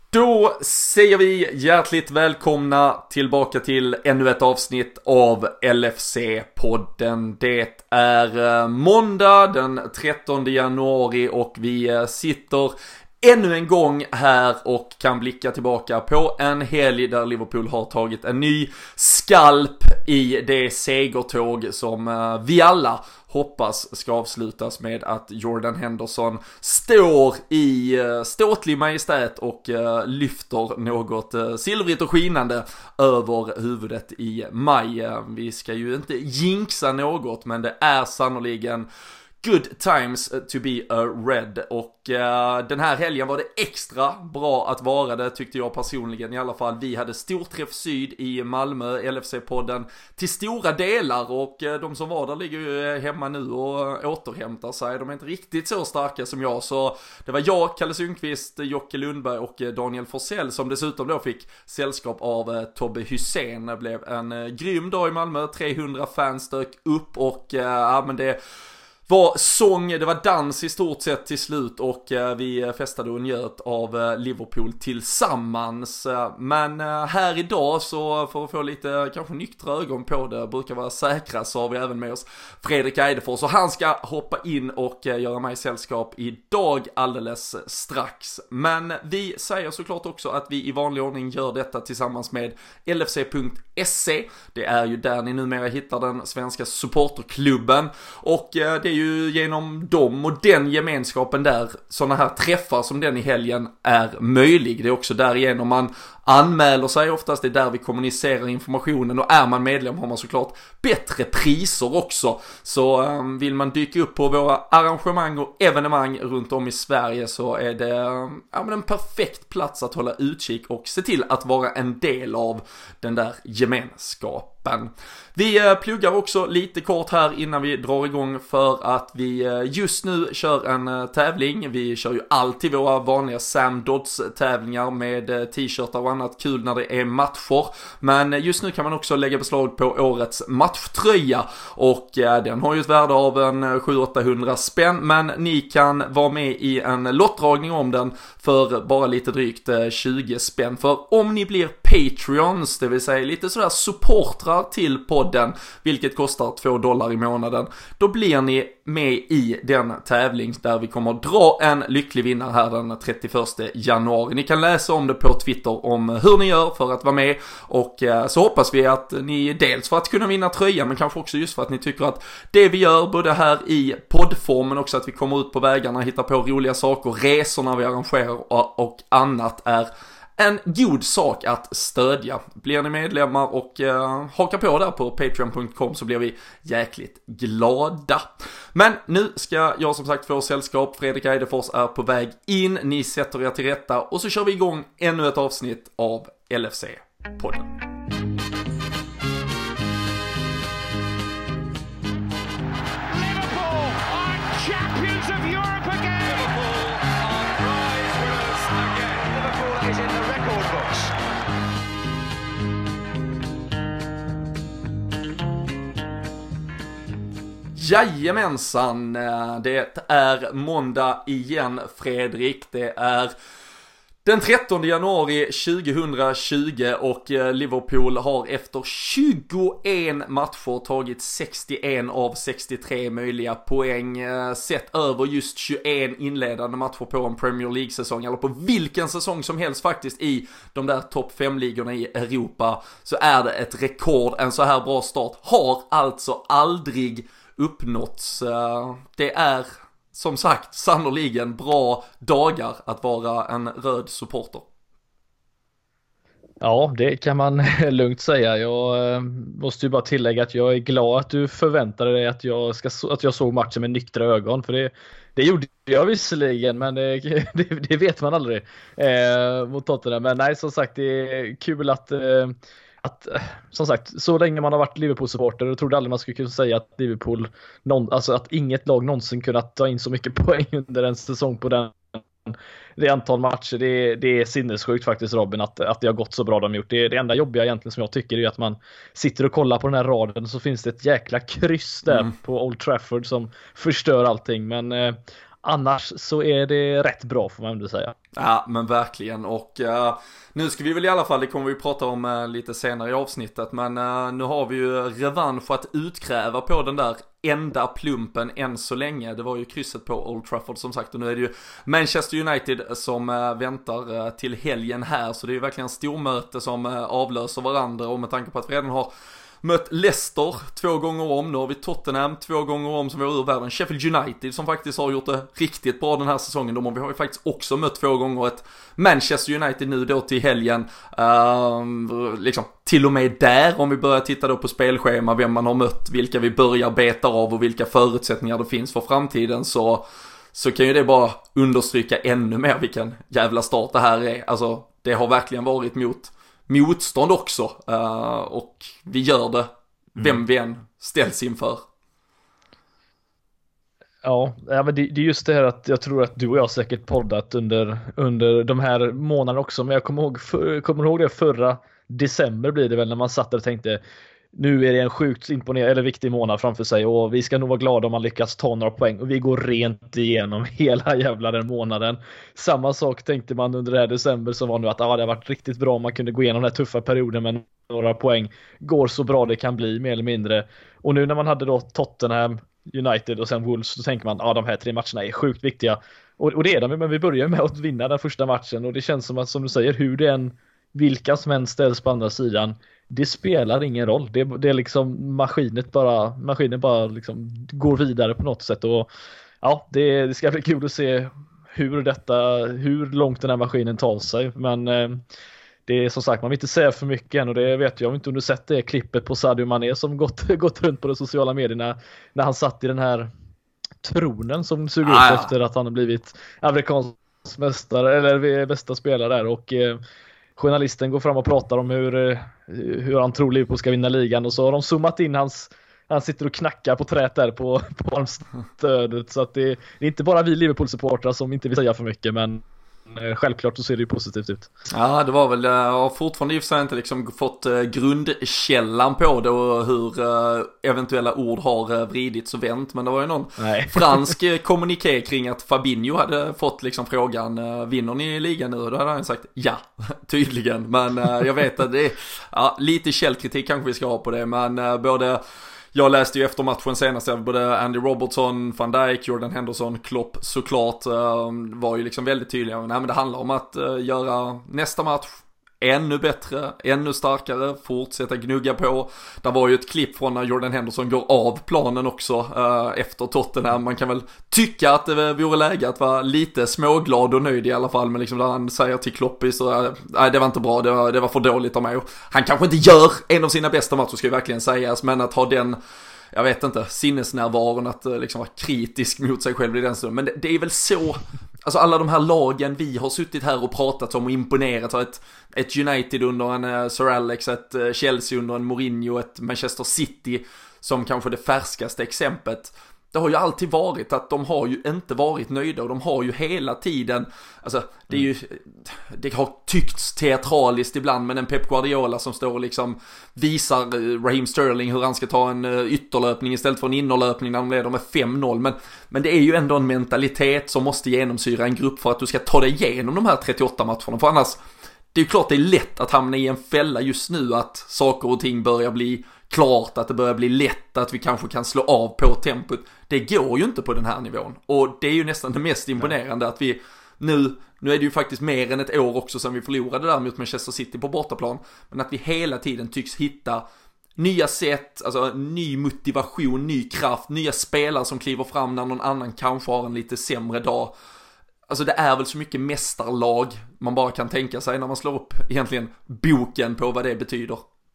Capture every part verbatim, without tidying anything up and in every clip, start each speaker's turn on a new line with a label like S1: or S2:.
S1: Då säger vi hjärtligt välkomna tillbaka till ännu ett avsnitt av L F C-podden. Det är måndag den trettonde januari och vi sitter ännu en gång här och kan blicka tillbaka på en helg där Liverpool har tagit en ny skalp i det segertåg som vi alla hoppas ska avslutas med att Jordan Henderson står i ståtlig majestät och lyfter något silvrigt och skinande över huvudet i maj. Vi ska ju inte jinxa något, men det är sannoliken good times to be a red. Och uh, den här helgen var det extra bra att vara det, tyckte jag personligen i alla fall. Vi hade storträff syd i Malmö, L F C-podden till stora delar, och uh, de som var där ligger ju hemma nu och uh, återhämtar sig. De är inte riktigt så starka som jag, så det var jag, Kalle Sundqvist, Jocke Lundberg och uh, Daniel Forsell som dessutom då fick sällskap av uh, Tobbe Hussein. Det blev en uh, grym dag i Malmö, trehundra fans dök upp och uh, ja, men det var sång, det var dans i stort sett till slut, och eh, vi festade och njöt av eh, Liverpool tillsammans. Men eh, här idag, så för att få lite kanske nyktra ögon på det, brukar vara säkra, så har vi även med oss Fredrik Eidefors, och han ska hoppa in och eh, göra mig sällskap idag alldeles strax. Men vi säger såklart också att vi i vanlig ordning gör detta tillsammans med L F C punkt se. Det är ju där ni numera hittar den svenska supporterklubben, och eh, det är ju genom dem och den gemenskapen där sådana här träffar som den i helgen är möjlig. Det är också därigenom man anmäler sig oftast, det är där vi kommunicerar informationen, och är man medlem har man såklart bättre priser också. Så um, vill man dyka upp på våra arrangemang och evenemang runt om i Sverige, så är det um, ja, men en perfekt plats att hålla utkik och se till att vara en del av den där gemenskapen. Vi pluggar också lite kort här innan vi drar igång, för att vi just nu kör en tävling. Vi kör ju alltid våra vanliga Sam Dodds tävlingar med t-shirtar och annat kul när det är matcher. Men just nu kan man också lägga beslag på årets matchtröja, och den har ju ett värde av en sju åtta hundra spänn. Men ni kan vara med i en lottdragning om den för bara lite drygt tjugo spänn. För om ni blir Patreons, det vill säga lite sådär supportrar till podden, vilket kostar två dollar i månaden, då blir ni med i den tävling där vi kommer att dra en lycklig vinnare här den trettioförsta januari. Ni kan läsa om det på Twitter om hur ni gör för att vara med, och så hoppas vi att ni dels för att kunna vinna tröja, men kanske också just för att ni tycker att det vi gör både här i poddformen, också att vi kommer ut på vägarna, hittar på roliga saker, resorna vi arrangerar och annat, är en god sak att stödja. Blir ni medlemmar och uh, haka på där på patreon punkt com, så blir vi jäkligt glada. Men nu ska jag som sagt få sällskap. Fredrik Eidefors är på väg in. Ni sätter er till rätta, och så kör vi igång ännu ett avsnitt av L F C-podden. Jajamensan, det är måndag igen, Fredrik. Det är den trettonde januari tjugohundratjugo, och Liverpool har efter tjugoen matcher tagit sextioen av sextiotre möjliga poäng, sett över just tjugoen inledande matcher på en Premier League-säsong, eller på vilken säsong som helst faktiskt i de där topp fem-ligorna i Europa, så är det ett rekord. En så här bra start har alltså aldrig uppnåtts. Det är som sagt sannoliken bra dagar att vara en röd supporter.
S2: Ja, det kan man lugnt säga. Jag måste ju bara tillägga att jag är glad att du förväntade dig att jag, ska, att jag såg matchen med nyktra ögon. För det, det gjorde jag visserligen, men det, det, det vet man aldrig eh, mot Tottenham. Men nej, som sagt, det är kul att... Eh, Att, som sagt, så länge man har varit Liverpool-supporter, och trodde aldrig man skulle kunna säga att Liverpool, någon, alltså att inget lag någonsin kunnat ta in så mycket poäng under en säsong på den, det antal matcher. Det, det är sinnessjukt faktiskt, Robin, att, att det har gått så bra de gjort. Det, det enda jobbiga egentligen som jag tycker är att man sitter och kollar på den här raden, så finns det ett jäkla kryss där mm. på Old Trafford som förstör allting. Men eh, annars så är det rätt bra, får man ändå säga.
S1: Ja, men verkligen. Och uh, nu ska vi väl i alla fall, det kommer vi prata om uh, lite senare i avsnittet, men uh, nu har vi ju revansch att utkräva på den där enda plumpen än så länge. Det var ju krysset på Old Trafford som sagt, och nu är det ju Manchester United som uh, väntar uh, till helgen här, så det är ju verkligen stormöte som uh, avlöser varandra, och med tanke på att vi redan har mött Leicester två gånger om. Nu har vi Tottenham två gånger om som vi var ur världen. Sheffield United som faktiskt har gjort det riktigt bra den här säsongen. De har vi har ju faktiskt också mött två gånger ett Manchester United nu då till helgen. Uh, liksom till och med där, om vi börjar titta då på spelschema, vem man har mött, vilka vi börjar beta av och vilka förutsättningar det finns för framtiden, så, så kan ju det bara understryka ännu mer vilken jävla start det här är. Alltså det har verkligen varit mot motstånd också, uh, och vi gör det vem mm. vi än ställs inför.
S2: Ja, ja men det, det är just det här att jag tror att du och jag säkert poddat under, under de här månaderna också, men jag kommer ihåg, för, kommer ihåg det förra december blir det väl, när man satt där och tänkte nu är det en sjukt imponerande eller viktig månad framför sig och vi ska nog vara glada om man lyckas ta några poäng, och vi går rent igenom hela jävla den månaden. Samma sak tänkte man under det här december som var nu, att ah, det har varit riktigt bra om man kunde gå igenom den här tuffa perioden med några poäng. Går så bra det kan bli, mer eller mindre. Och nu när man hade då Tottenham, United och sen Wolves, så tänker man att ah, de här tre matcherna är sjukt viktiga. Och, och det är de, men vi börjar med att vinna den första matchen, och det känns som att, som du säger, hur det än, vilka som än ställs på andra sidan, det spelar ingen roll. Det, det är liksom maskinet bara, maskinen bara liksom går vidare på något sätt, och ja, det, det ska bli kul att se hur detta, hur långt den här maskinen tar sig, men eh, det är som sagt, man vill inte säga för mycket än, och det vet jag inte om du sett det klippet på Sadio Mané som gått, gått runt på de sociala medierna när han satt i den här tronen som såg ut ah, ja. efter att han har blivit amerikansk mästare eller bästa spelare där, och eh, journalisten går fram och pratar om hur, hur han tror Liverpool ska vinna ligan, och så har de zoomat in hans, han sitter och knackar på trät där på, på armstödet, så att det, det är inte bara vi Liverpool-supportrar som inte vill säga för mycket, men självklart så ser det ju positivt ut.
S1: Ja, det var väl, jag har fortfarande i och för sig inte liksom fått grundkällan på det och hur eventuella ord har vridits och vänt, men det var ju någon Nej. fransk kommuniké kring att Fabinho hade fått liksom frågan, vinner ni i ligan nu? Och då hade han sagt ja, tydligen, men jag vet att det är ja, lite källkritik kanske vi ska ha på det, men både jag läste ju efter matchen senast, både Andy Robertson, Van Dijk, Jordan Henderson, Klopp såklart var ju liksom väldigt tydliga. Nej, men det handlar om att göra nästa match ännu bättre, ännu starkare, fortsätta gnugga på. Det var ju ett klipp från när Jordan Henderson går av planen också uh, efter Tottenham. Man kan väl tycka att det vore läge att vara lite småglad och nöjd i alla fall, men liksom där han säger till Klopp så uh, nej, det var inte bra, det var, det var för dåligt av mig. Och han kanske inte gör en av sina bästa matcher, ska ju verkligen sägas, men att ha den, jag vet inte, sinnesnärvaron att uh, liksom vara kritisk mot sig själv i den stunden. Men det, det är väl så. Alltså alla de här lagen vi har suttit här och pratat om och imponerat av, ett, ett United under en uh, Sir Alex, ett uh, Chelsea under en Mourinho, ett Manchester City som kanske det färskaste exemplet. Det har ju alltid varit att de har ju inte varit nöjda, och de har ju hela tiden, alltså det är ju, det har tyckts teatraliskt ibland, men en Pep Guardiola som står och liksom visar Raheem Sterling hur han ska ta en ytterlöpning istället för en innerlöpning när de leder med fem noll, men, men det är ju ändå en mentalitet som måste genomsyra en grupp för att du ska ta dig igenom de här trettioåtta matcherna, för annars, det är ju klart det är lätt att hamna i en fälla just nu, att saker och ting börjar bli klart, att det börjar bli lätt, att vi kanske kan slå av på tempot. Det går ju inte på den här nivån, och det är ju nästan det mest imponerande att vi nu, nu är det ju faktiskt mer än ett år också sedan vi förlorade där mot Manchester City på bortaplan, men att vi hela tiden tycks hitta nya sätt, alltså ny motivation, ny kraft, nya spelare som kliver fram när någon annan kanske har en lite sämre dag. Alltså det är väl så mycket mästarlag man bara kan tänka sig när man slår upp egentligen boken på vad det betyder.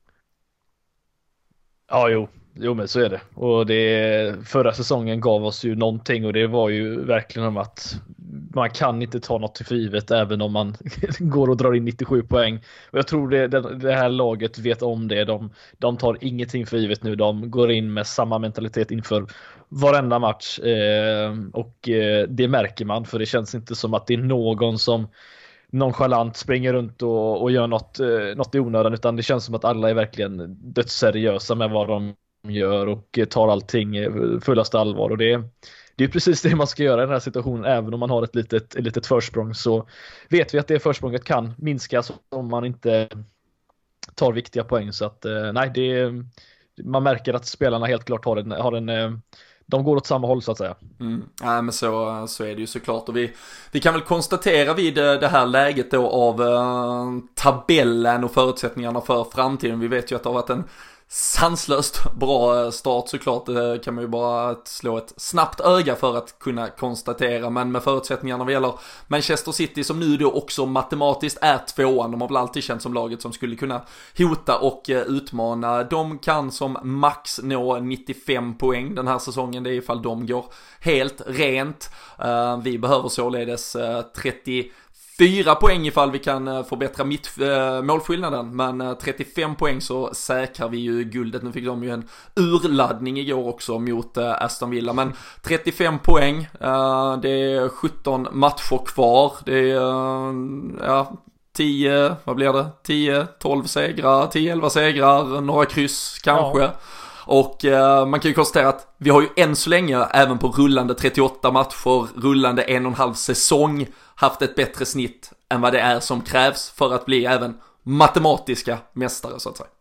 S2: Ja, jo. Jo, men så är det. Och det, förra säsongen gav oss ju någonting, och det var ju verkligen om att man kan inte ta något för givet även om man går och drar in nittiosju poäng. Och jag tror det, det, det här laget vet om det. De, de tar ingenting för givet nu. De går in med samma mentalitet inför varenda match. Eh, och eh, det märker man, för det känns inte som att det är någon som nonchalant springer runt och, och gör något, eh, något i onödan, utan det känns som att alla är verkligen dödsseriösa med vad de gör och tar allting fullaste allvar, och det, det är precis det man ska göra i den här situationen. Även om man har ett litet, ett litet försprång, så vet vi att det försprånget kan minskas om man inte tar viktiga poäng. Så att nej, det, man märker att spelarna helt klart har en, har en de går åt samma håll så att säga.
S1: Mm. Ja, men så, så är det ju såklart. Och vi, vi kan väl konstatera vid det här läget då av uh, tabellen och förutsättningarna för framtiden. Vi vet ju att det har varit en sanslöst bra start såklart. Det kan man ju bara slå ett snabbt öga för att kunna konstatera. Men med förutsättningarna vad gäller Manchester City, som nu då också matematiskt är tvåan. De har väl alltid känt som laget som skulle kunna hota och utmana. De kan som max nå nittiofem poäng den här säsongen. Det är ifall de går helt rent. Vi behöver således trettio Fyra poäng ifall vi kan förbättra mitt äh, målskillnaden. Men äh, trettiofem poäng så säkrar vi ju guldet. Nu fick de ju en urladdning igår också mot äh, Aston Villa. Men trettiofem poäng, äh, det är sjutton matcher kvar. Det är äh, ja, tio, vad blir det? tio tolv segrar, tio elva segrar, några kryss kanske. Ja. Och eh, man kan ju konstatera att vi har ju än så länge, även på rullande trettioåtta matcher, rullande en och en halv säsong, haft ett bättre snitt än vad det är som krävs för att bli även matematiska mästare så att säga.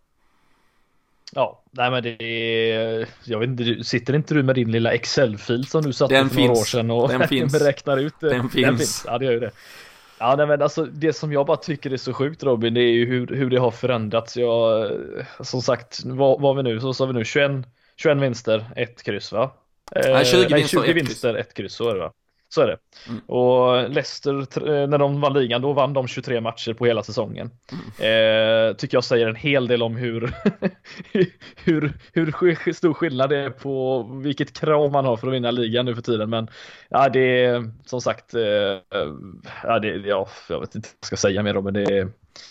S2: Ja, nej men det är, jag vet inte, sitter inte du med din lilla Excel-fil som du satte
S1: den
S2: för
S1: finns.
S2: några år sedan och
S1: den finns.
S2: beräknar ut det?
S1: Den finns.
S2: Den finns. Ja, det gör ju det. Ja, nej, men alltså det som jag bara tycker är så sjukt, Robin, det är ju hur, hur det har förändrats. Jag, som sagt, vad var vi nu? Så sa vi nu tjugoett, tjugoett vinster, ett kryss va?
S1: Nej, tjugo,
S2: nej,
S1: vinster,
S2: tjugo
S1: ett
S2: vinster, ett kryss, så är det va? Så är det. Mm. Och Leicester, när de vann ligan, då vann de tjugotre matcher på hela säsongen. Mm. Eh, tycker jag säger en hel del om hur, hur, hur stor skillnad det är på vilket krav man har för att vinna ligan nu för tiden. Men ja, det är som sagt, eh, ja, det, ja, jag vet inte vad jag ska säga mer om, men det är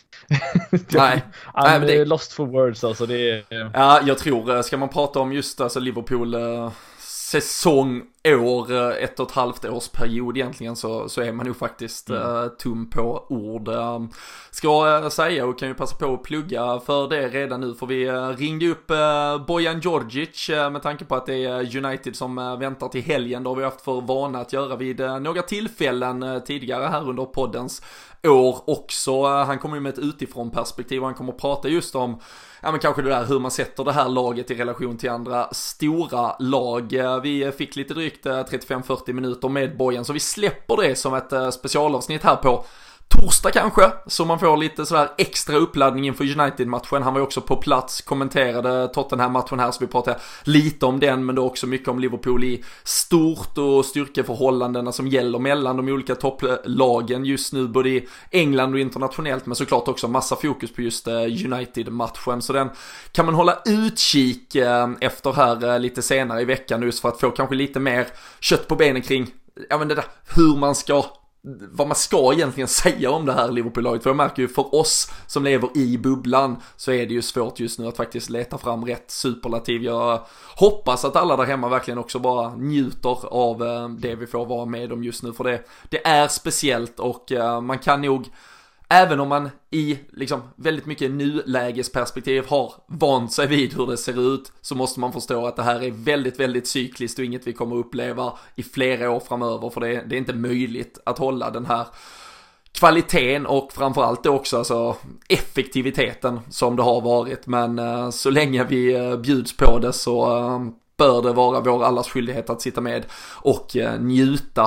S1: Nej,
S2: I'm
S1: Nej det...
S2: lost for words alltså det är...
S1: Ja, jag tror, ska man prata om just alltså Liverpool uh, säsong, år, ett och ett halvt års period egentligen, så, så är man ju faktiskt mm. uh, tom på ord. Uh, ska jag säga, och kan ju passa på att plugga för det redan nu, för vi uh, ringde upp uh, Bojan Djordjic uh, med tanke på att det är United som uh, väntar till helgen. Då har vi haft för vana att göra vid uh, några tillfällen uh, tidigare här under poddens år också. Uh, han kommer ju med ett utifrån perspektiv och han kommer att prata just om ja, men kanske det där hur man sätter det här laget i relation till andra stora lag. Vi fick lite drygt trettiofem till fyrtio minuter med Bojan, så vi släpper det som ett specialavsnitt här på torsdag kanske, så man får lite sådär extra uppladdning inför United-matchen. Han var ju också på plats, kommenterade Tottenham-matchen här, så vi pratade lite om den, men då också mycket om Liverpool i stort och styrkeförhållandena som gäller mellan de olika topplagen just nu, både i England och internationellt, men såklart också massa fokus på just United-matchen. Så den kan man hålla utkik efter här lite senare i veckan, just för att få kanske lite mer kött på benen kring ja, men det där, hur man ska vad man ska egentligen säga om det här Liverpool-laget. För jag märker ju för oss som lever i bubblan så är det ju svårt just nu att faktiskt leta fram rätt superlativ. Jag hoppas att alla där hemma verkligen också bara njuter av det vi får vara med om just nu, för det, det är speciellt, och man kan nog, även om man i liksom väldigt mycket nulägesperspektiv har vant sig vid hur det ser ut, så måste man förstå att det här är väldigt, väldigt cykliskt och inget vi kommer att uppleva i flera år framöver, för det, det är inte möjligt att hålla den här kvaliteten och framförallt också alltså effektiviteten som det har varit. Men uh, så länge vi uh, bjuds på det så uh, bör det vara vår allas skyldighet att sitta med och uh, njuta.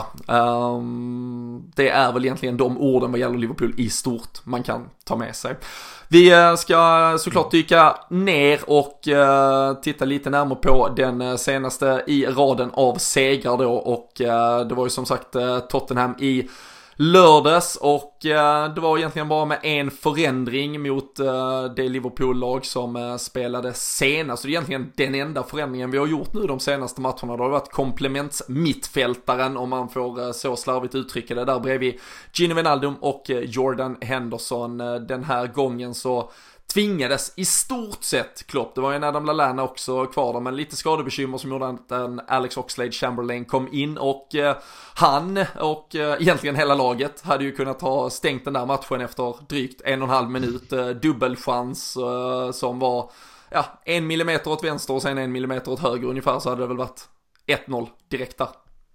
S1: Um, det är väl egentligen de orden vad gäller Liverpool i stort man kan ta med sig. Vi uh, ska såklart dyka ner och uh, titta lite närmare på den uh, senaste i raden av segrar då, och uh, det var ju som sagt uh, Tottenham i lördags, och eh, det var egentligen bara med en förändring mot eh, det Liverpool-lag som eh, spelade senast. Så det är egentligen den enda förändringen vi har gjort nu de senaste matcherna. Det har varit komplementsmittfältaren, om man får eh, så slarvigt uttrycka det, där bredvid Gini Wijnaldum och eh, Jordan Henderson. Eh, den här gången så tvingades i stort sett Klopp, det var ju en Adam Lallana också kvar där, men lite skadebekymmer som gjorde att en Alex Oxlade-Chamberlain kom in, och eh, han och eh, egentligen hela laget hade ju kunnat ha stängt den där matchen efter drygt en och en halv minut. Eh, dubbelchans eh, som var ja, en millimeter åt vänster och sen en millimeter åt höger ungefär, så hade det väl varit ett noll direkt där.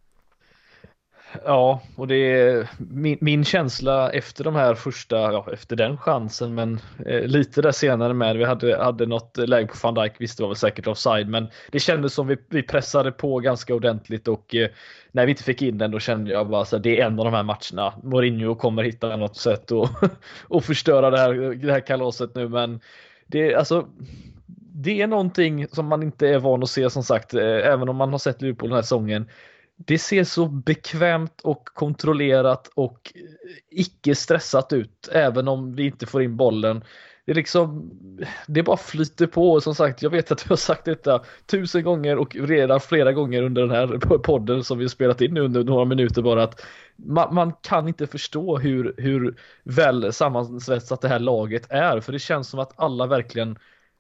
S2: Ja, och det är min, min känsla efter de här första, ja, efter den chansen, men eh, lite där senare med, vi hade, hade något läge på Van Dijk, visst det var väl säkert offside, men det kändes som vi, vi pressade på ganska ordentligt och eh, när vi inte fick in den då kände jag bara så här, det är en av de här matcherna, Mourinho kommer hitta något sätt och, och förstöra det här, det här kalaset nu, men det, alltså, det är någonting som man inte är van att se, som sagt, eh, även om man har sett Liverpool den här säsongen. Det ser så bekvämt och kontrollerat och icke stressat ut, även om vi inte får in bollen. Det är liksom, det bara flyter på, och som sagt, jag vet att jag har sagt detta tusen gånger och redan flera gånger under den här podden som vi har spelat in nu under några minuter bara, att man, man kan inte förstå hur, hur väl sammansvetsat det här laget är, för det känns som att alla verkligen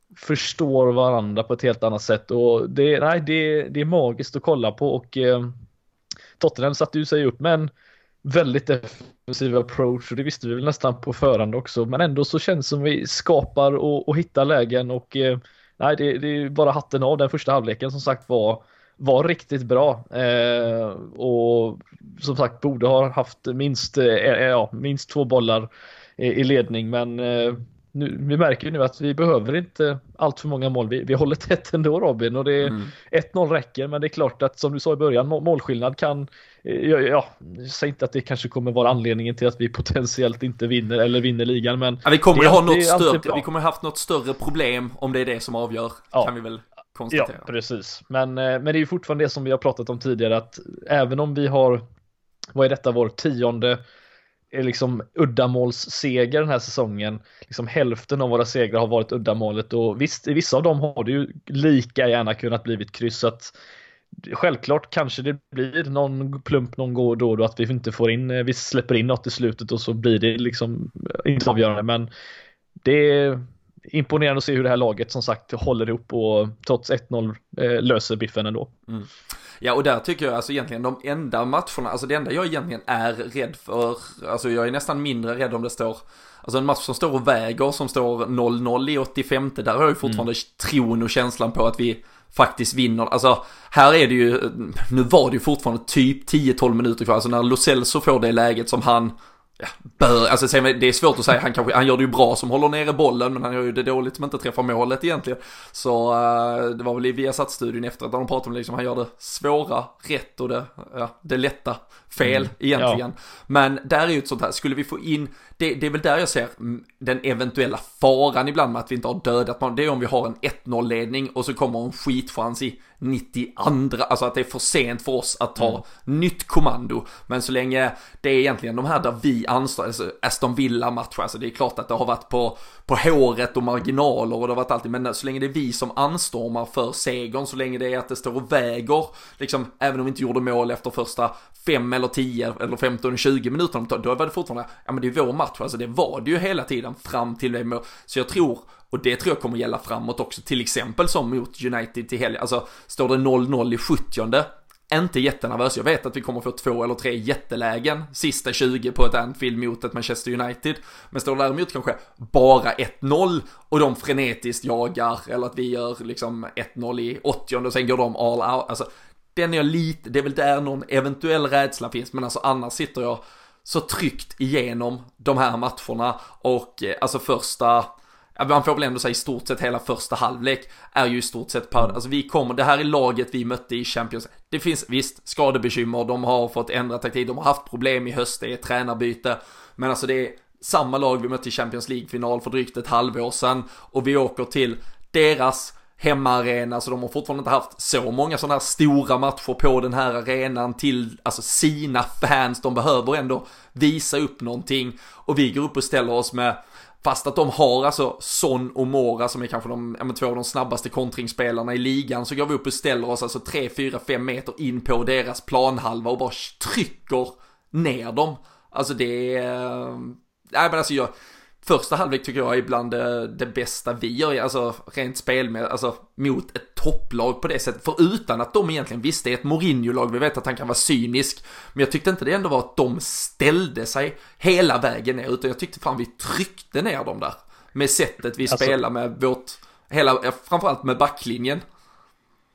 S2: förstår varandra på ett helt annat sätt, och det, nej, det, det är magiskt att kolla på. Och eh, Tottenham satte ju sig upp med en väldigt defensiv approach, och det visste vi väl nästan på förhand också, men ändå så känns det som vi skapar och, och hittar lägen, och eh, nej, det, det är bara hatten av. Den första halvleken som sagt var, var riktigt bra, eh, och som sagt borde ha haft minst, eh, ja, minst två bollar i, i ledning, men eh, Nu, vi märker ju nu att vi behöver inte allt för många mål. Vi, vi håller tätt ändå, Robin, och det är mm. ett noll räcker, men det är klart att som du sa i början, målskillnad kan, ja, ja, säg inte att det kanske kommer vara anledningen till att vi potentiellt inte vinner eller vinner ligan, men
S1: ja, vi kommer ju ha något större,
S2: ja.
S1: vi kommer haft något större problem om det är det som avgör, ja. Kan vi väl konstatera.
S2: Ja, precis. Men, men det är ju fortfarande det som vi har pratat om tidigare, att även om vi har, vad är detta, vår tionde är liksom uddamålsseger den här säsongen. Liksom hälften av våra segrar har varit uddamålet, och visst, i vissa av dem har det ju lika gärna kunnat blivit kryssat. Självklart kanske det blir någon plump någon gång då, då att vi inte får in, vi släpper in något i slutet och så blir det liksom inte avgörande, men det är imponerande att se hur det här laget som sagt håller ihop och trots ett noll eh, löser biffen ändå.
S1: Mm. Ja, och där tycker jag alltså egentligen de enda matcherna, alltså det enda jag egentligen är rädd för, alltså jag är nästan mindre rädd om det står, alltså en match som står och väger, som står noll noll i åttiofem, där har jag ju fortfarande mm. tron och känslan på att vi faktiskt vinner. Alltså här är det ju, nu var det ju fortfarande typ tio tolv minuter kvar, alltså när Lo Celso får det läget som han ja, bör, alltså det är svårt att säga, han, kanske, han gör det ju bra som håller nere bollen, men han gör ju det dåligt som inte träffar målet egentligen. Så uh, det var väl i Viasat-studien efter att de pratade om liksom, han gör det svåra rätt och det, ja, det lätta fel mm, egentligen. Ja. Men där är ju ett sånt här, skulle vi få in, det, det är väl där jag ser den eventuella faran ibland med att vi inte har dödat man, det är om vi har en ett noll-ledning och så kommer en skitchans i nittioandra, alltså att det är för sent för oss att ta mm. nytt kommando. Men så länge det är egentligen de här där vi anstår, alltså Aston Villa-matcher, alltså det är klart att det har varit på, på håret och marginaler och det har varit alltid, men så länge det är vi som anstormar för segern, så länge det är att det står och väger, liksom, även om vi inte gjorde mål efter första fem eller tio eller femton tjugo minuter, då var det fortfarande, ja men det är vår match, alltså det var det ju hela tiden fram till det mål. Så jag tror, och det tror jag kommer gälla framåt också, till exempel som mot United till helgen, alltså står det noll noll i sjuttionde, inte jättenervös, jag vet att vi kommer få två eller tre jättelägen sista tjugo på ett Anfield mot ett Manchester United, men står det däremot kanske bara ett noll och de frenetiskt jagar, eller att vi gör liksom ett noll i åttionde och sen går de all out, alltså den är jag lite, det är väl där någon eventuell rädsla finns, men alltså annars sitter jag så tryckt igenom de här matcherna, och alltså första, man får väl ändå säga i stort sett hela första halvlek är ju i stort sett par, alltså vi kommer, det här är laget vi mötte i Champions, det finns visst skadebekymmer, de har fått ändra taktik, de har haft problem i höst, det är tränarbyte, men alltså det är samma lag vi mötte i Champions League-final för drygt ett halvår sedan, och vi åker till deras hemmaarena, så de har fortfarande inte haft så många sådana här stora matcher på den här arenan till alltså sina fans, de behöver ändå visa upp någonting, och vi går upp och ställer oss med, fast att de har alltså Son och Mora som är kanske de, ja, men två av de snabbaste kontringsspelarna i ligan, så går vi upp och ställer oss alltså tre, fyra, fem meter in på deras planhalva och bara trycker ner dem. Alltså det är, nej men alltså jag, första halvlek tycker jag är ibland det, det bästa vi gör, alltså rent spel med, alltså mot ett topplag på det sättet, för utan att de egentligen visste, ett Mourinho-lag, vi vet att han kan vara cynisk, men jag tyckte inte det ändå var att de ställde sig hela vägen ner, utan jag tyckte fan vi tryckte ner dem där med sättet vi alltså, spelar med vårt hela, framförallt med backlinjen.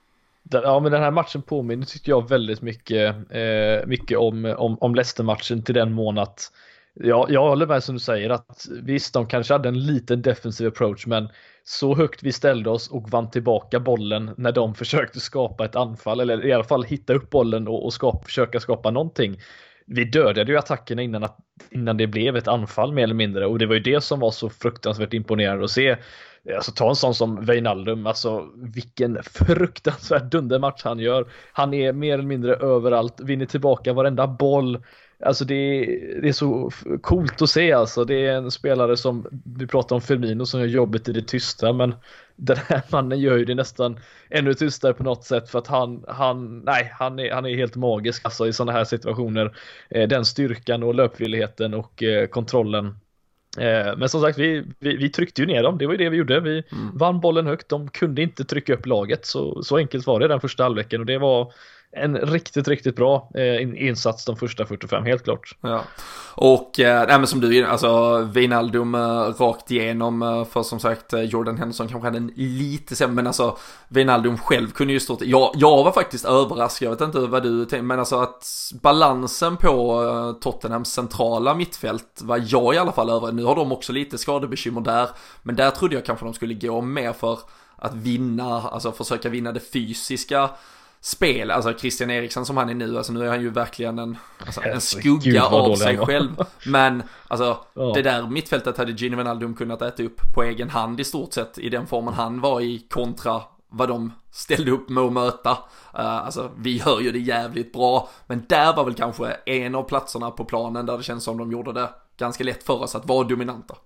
S2: Ja, men den här matchen påminner tycker jag väldigt mycket, eh, mycket om, om, om Leicester-matchen till den mån att ja, jag håller med som du säger att visst, de kanske hade en liten defensiv approach, men så högt vi ställde oss och vann tillbaka bollen när de försökte skapa ett anfall, eller i alla fall hitta upp bollen och, och skapa, försöka skapa någonting. Vi dödade ju attackerna innan, att, innan det blev ett anfall mer eller mindre, och det var ju det som var så fruktansvärt imponerande att se. Alltså ta en sån som Wijnaldum, alltså vilken fruktansvärt dundermatch han gör. Han är mer eller mindre överallt, vinner tillbaka varenda boll. Alltså det är, det är så coolt att se, alltså. Det är en spelare som, vi pratar om Firmino som gör jobbet i det tysta, men den här mannen gör ju det nästan ännu tystare på något sätt, för att han, han, nej, han är, han är helt magisk alltså i sådana här situationer. Eh, den styrkan och löpvilligheten och eh, kontrollen. Eh, men som sagt, vi, vi, vi tryckte ju ner dem, det var ju det vi gjorde. Vi mm. vann bollen högt, de kunde inte trycka upp laget, så, så enkelt var det den första halvleken, och det var en riktigt, riktigt bra eh, insats de första fyrtiofem, helt klart.
S1: Ja. Och eh, nej, men som du, alltså Wijnaldum eh, rakt igenom, eh, för som sagt eh, Jordan Henderson kanske hade en lite sämre, men alltså Wijnaldum själv kunde ju stå till. Jag, jag var faktiskt överraskad, jag vet inte vad du tänkte, men alltså att balansen på eh, Tottenhams centrala mittfält var jag i alla fall över. Nu har de också lite skadebekymmer där, men där trodde jag kanske de skulle gå mer för att vinna, alltså försöka vinna det fysiska spel, alltså Christian Eriksen som han är nu, alltså nu är han ju verkligen en, alltså, en skugga Gud, av sig själv, men alltså ja. Det där mittfältet hade Gini Wijnaldum kunnat äta upp på egen hand i stort sett i den formen han var i, kontra vad de ställde upp med att möta. Uh, alltså vi hör ju det jävligt bra, men där var väl kanske en av platserna på planen där det känns som de gjorde det ganska lätt för oss att vara dominanta.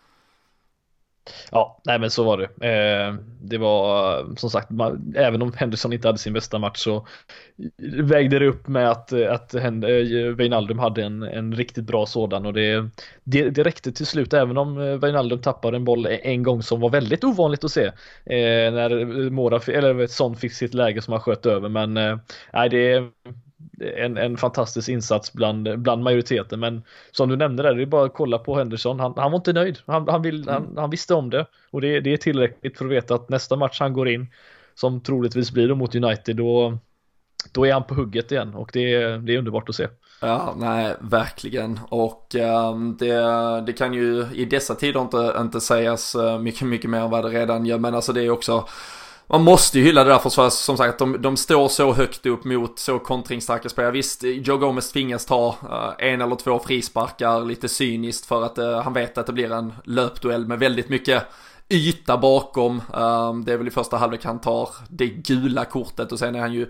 S2: Ja, nej men så var det. Eh, det var som sagt, man, även om Henderson inte hade sin bästa match så vägde det upp med att, att Wijnaldum hade en, en riktigt bra sådan, och det, det, det räckte till slut, även om Wijnaldum tappade en boll en gång som var väldigt ovanligt att se. Eh, när Mora, eller Son fick sitt läge som han sköt över, men eh, nej det är En, en fantastisk insats bland, bland majoriteten, men som du nämnde där, det är bara att kolla på Henderson, han, han var inte nöjd, han, han, vill, mm. han, han visste om det, och det, det är tillräckligt för att veta att nästa match han går in, som troligtvis blir då mot United, då, då är han på hugget igen, och det, det är underbart att se.
S1: Ja, nej, verkligen. Och um, det, det kan ju i dessa tider inte, inte sägas mycket, mycket mer än vad det redan gör, men alltså det är också, man måste ju hylla det där försvaret, som sagt, de, de står så högt upp mot så kontringsstarka spelare. Visst, Joe Gomez tvingas ta uh, en eller två frisparkar lite cyniskt för att uh, han vet att det blir en löpduell med väldigt mycket yta bakom. Uh, det är väl i första halvlek han tar det gula kortet, och sen är han ju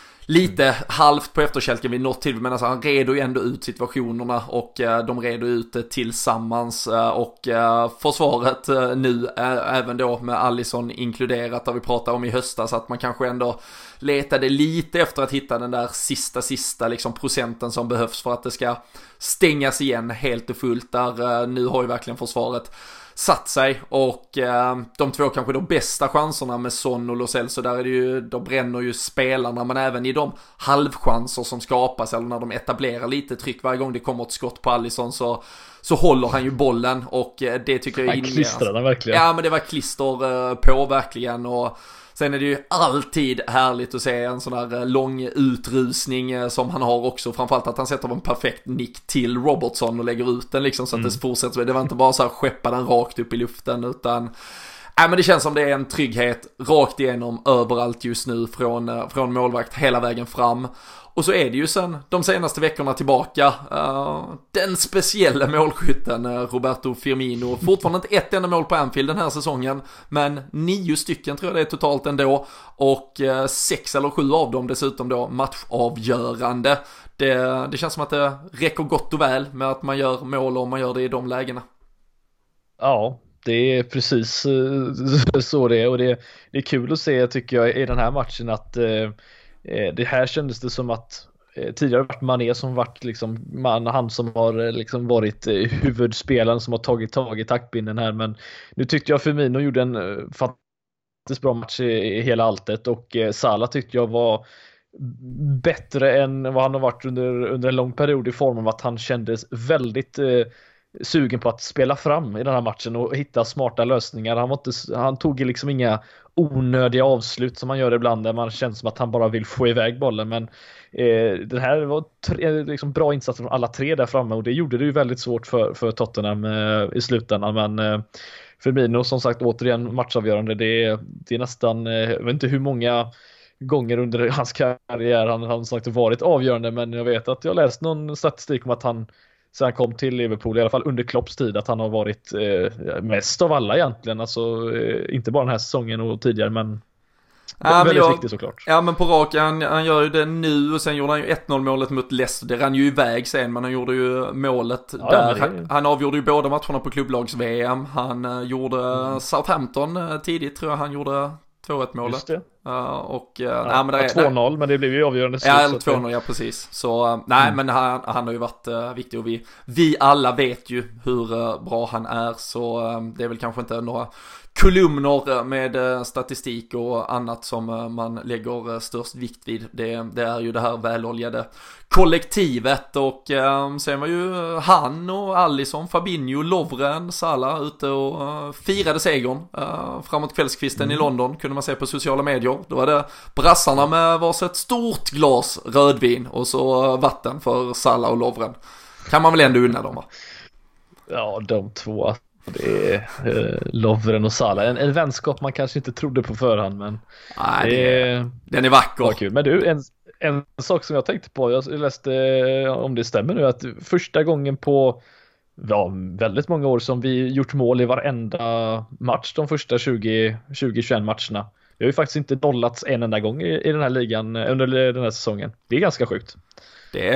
S1: lite halvt på efterkälken vid något till, men alltså han reder ju ändå ut situationerna, och uh, de reder ut det tillsammans, uh, och uh, försvaret uh, nu uh, även då med Alisson inkluderat, där vi pratade om i höstas att man kanske ändå letade lite efter att hitta den där sista sista liksom procenten som behövs för att det ska stängas igen helt och fullt. Där uh, nu har ju verkligen försvaret satt sig, och eh, de två kanske de bästa chanserna med Son och Lo Celso, där är det ju, de bränner ju spelarna, men även i de halvchanser som skapas, eller när de etablerar lite tryck varje gång det kommer ett skott på Alisson, så, så håller han ju bollen, och eh, det tycker jag är
S2: inne. Han klistrar den verkligen.
S1: Ja, men det var klister eh, på verkligen, och sen är det ju alltid härligt att se en sån här lång utrusning som han har också. Framförallt att han sätter en perfekt nick till Robertson och lägger ut den liksom, så att mm. det fortsätter. Det var inte bara så här skeppa den rakt upp i luften, utan äh, men det känns som det är en trygghet rakt igenom överallt just nu, från, från målvakt hela vägen fram. Och så är det ju sen de senaste veckorna tillbaka uh, den speciella målskytten uh, Roberto Firmino. Fortfarande inte ett enda mål på Anfield den här säsongen, men nio stycken tror jag det är totalt ändå, och uh, sex eller sju av dem dessutom då matchavgörande. Det, det känns som att det räcker gott och väl med att man gör mål, och man gör det i de lägena.
S2: Ja, det är precis uh, så det är, och det, det är kul att se, tycker jag, i den här matchen att uh, det här kändes det som att eh, tidigare varit Mané som varit liksom man, han som har liksom varit eh, huvudspelaren som har tagit tag i taktpinnen här, men nu tyckte jag Firmino gjorde en eh, fantastiskt bra match i, i hela alltet, och eh, Salah tyckte jag var bättre än vad han har varit under, under en lång period, i form av att han kändes väldigt eh, sugen på att spela fram i den här matchen och hitta smarta lösningar. Han, var inte, han tog liksom inga onödiga avslut som man gör ibland där man känns som att han bara vill få iväg bollen. Men eh, det här var tre, liksom bra insatser från alla tre där framme och det gjorde det ju väldigt svårt för, för Tottenham eh, i slutändan. Men eh, Firmino som sagt återigen matchavgörande. Det är, det är nästan, eh, jag vet inte hur många gånger under hans karriär han har sagt varit avgörande, men jag vet att jag läst någon statistik om att han sen han kom till Liverpool, i alla fall under Klopps tid, att han har varit eh, mest av alla egentligen, alltså eh, inte bara den här säsongen och tidigare, men
S1: ja, väldigt
S2: men jag, viktigt såklart.
S1: Ja, men på rak, han, han gör ju det nu och sen gjorde han ju ett noll målet mot Leicester. Det rann ju iväg sen, men han gjorde ju målet
S2: ja,
S1: där.
S2: det...
S1: Han, han avgjorde ju båda matcherna på klubblags-V M. Han uh, gjorde mm. Southampton uh, tidigt, tror jag han gjorde två ett målet. Uh, och, uh,
S2: ja,
S1: nej, men det
S2: är, två noll, men det blev ju avgörande
S1: slut. Ja, två noll, ja precis. Så uh, nej, mm. men han, han har ju varit uh, viktig och vi, vi alla vet ju hur uh, bra han är, så uh, det är väl kanske inte några kolumner med statistik och annat som man lägger störst vikt vid. Det, det är ju det här väloljade kollektivet och eh, sen var ju han och Alisson, Fabinho, Lovren, Salah ute och uh, firade segern uh, framåt kvällskvisten mm. i London, kunde man se på sociala medier. Då var det brassarna med varsitt stort glas rödvin och så vatten för Salah och Lovren. Kan man väl ändå unna dem, va?
S2: Ja, de två. Det är eh, Lovren och Salah. En, en vänskap man kanske inte trodde på förhand, men
S1: nej, det är, den är vacker.
S2: Kul. Men du, en, en sak som jag tänkte på, jag läste om det stämmer nu, att första gången på ja, väldigt många år som vi gjort mål i varenda match de första tjugo till tjugoett matcherna. Det har ju faktiskt inte nollats en enda gång i, i den här ligan under den här säsongen. Det är ganska sjukt.
S1: Det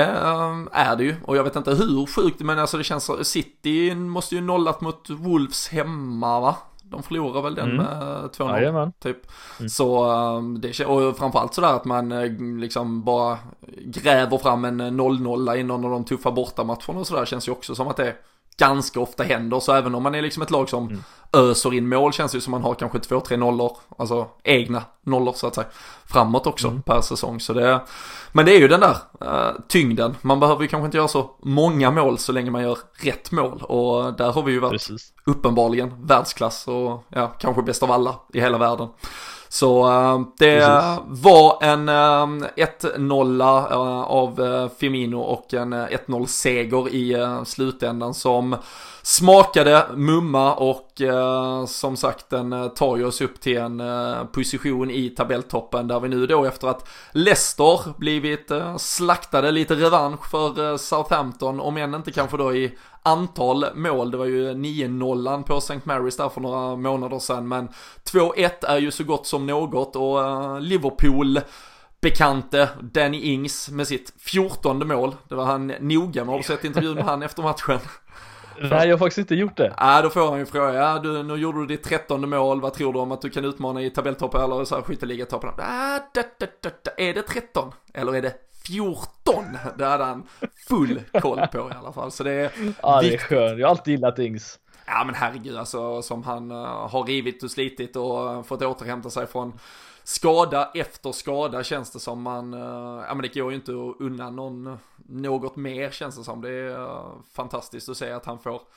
S1: är det ju, och jag vet inte hur sjukt, men alltså det känns så, City måste ju nollat mot Wolves hemma, va? De förlorar väl den mm. med två noll, ja, typ. Mm. Så det, och framförallt sådär att man liksom bara gräver fram en noll noll i någon av de tuffa bortamatcherna och sådär, känns ju också som att det ganska ofta händer. Så även om man är liksom ett lag som mm. öser in mål, känns det ju som man har kanske två, tre nollor, alltså egna nollor så att säga, framåt också mm. per säsong. Så det, men det är ju den där uh, tyngden. Man behöver ju kanske inte göra så många mål så länge man gör rätt mål. Och där har vi ju varit Precis. uppenbarligen världsklass och ja, kanske bäst av alla i hela världen. Så uh, det Precis. var en uh, ett noll uh, av uh, Firmino och en uh, ett noll seger i uh, slutändan som smakade mumma och uh, som sagt den uh, tar ju oss upp till en uh, position i tabelltoppen där vi nu då efter att Leicester blivit uh, slaktade, lite revansch för uh, Southampton, om än inte kanske då i antal mål. Det var ju nio noll på Saint Mary's där för några månader sedan, men två ett är ju så gott som något och uh, Liverpool bekante Danny Ings med sitt fjortonde mål. Det var han noga med, har du sett intervjun med han efter matchen?
S2: Nej, jag har faktiskt inte gjort det.
S1: Ja, då får han ju fråga, ja, du, nu gjorde du ditt trettonde mål, vad tror du om att du kan utmana i tabelltoppen eller så här skytteligatoppen? Ah, da, da, da, da. Är det tretton eller är det fjorton? Det hade han full koll på i alla fall. Så det är
S2: ja, det är skönt. Jag har alltid gillat Ings.
S1: Ja, men herregud, alltså som han uh, har rivit och slitit och uh, fått återhämta sig från skada efter skada, känns det som man, uh, ja men det går ju inte att unna någon något mer, känns det som. Det är uh, fantastiskt att se att han får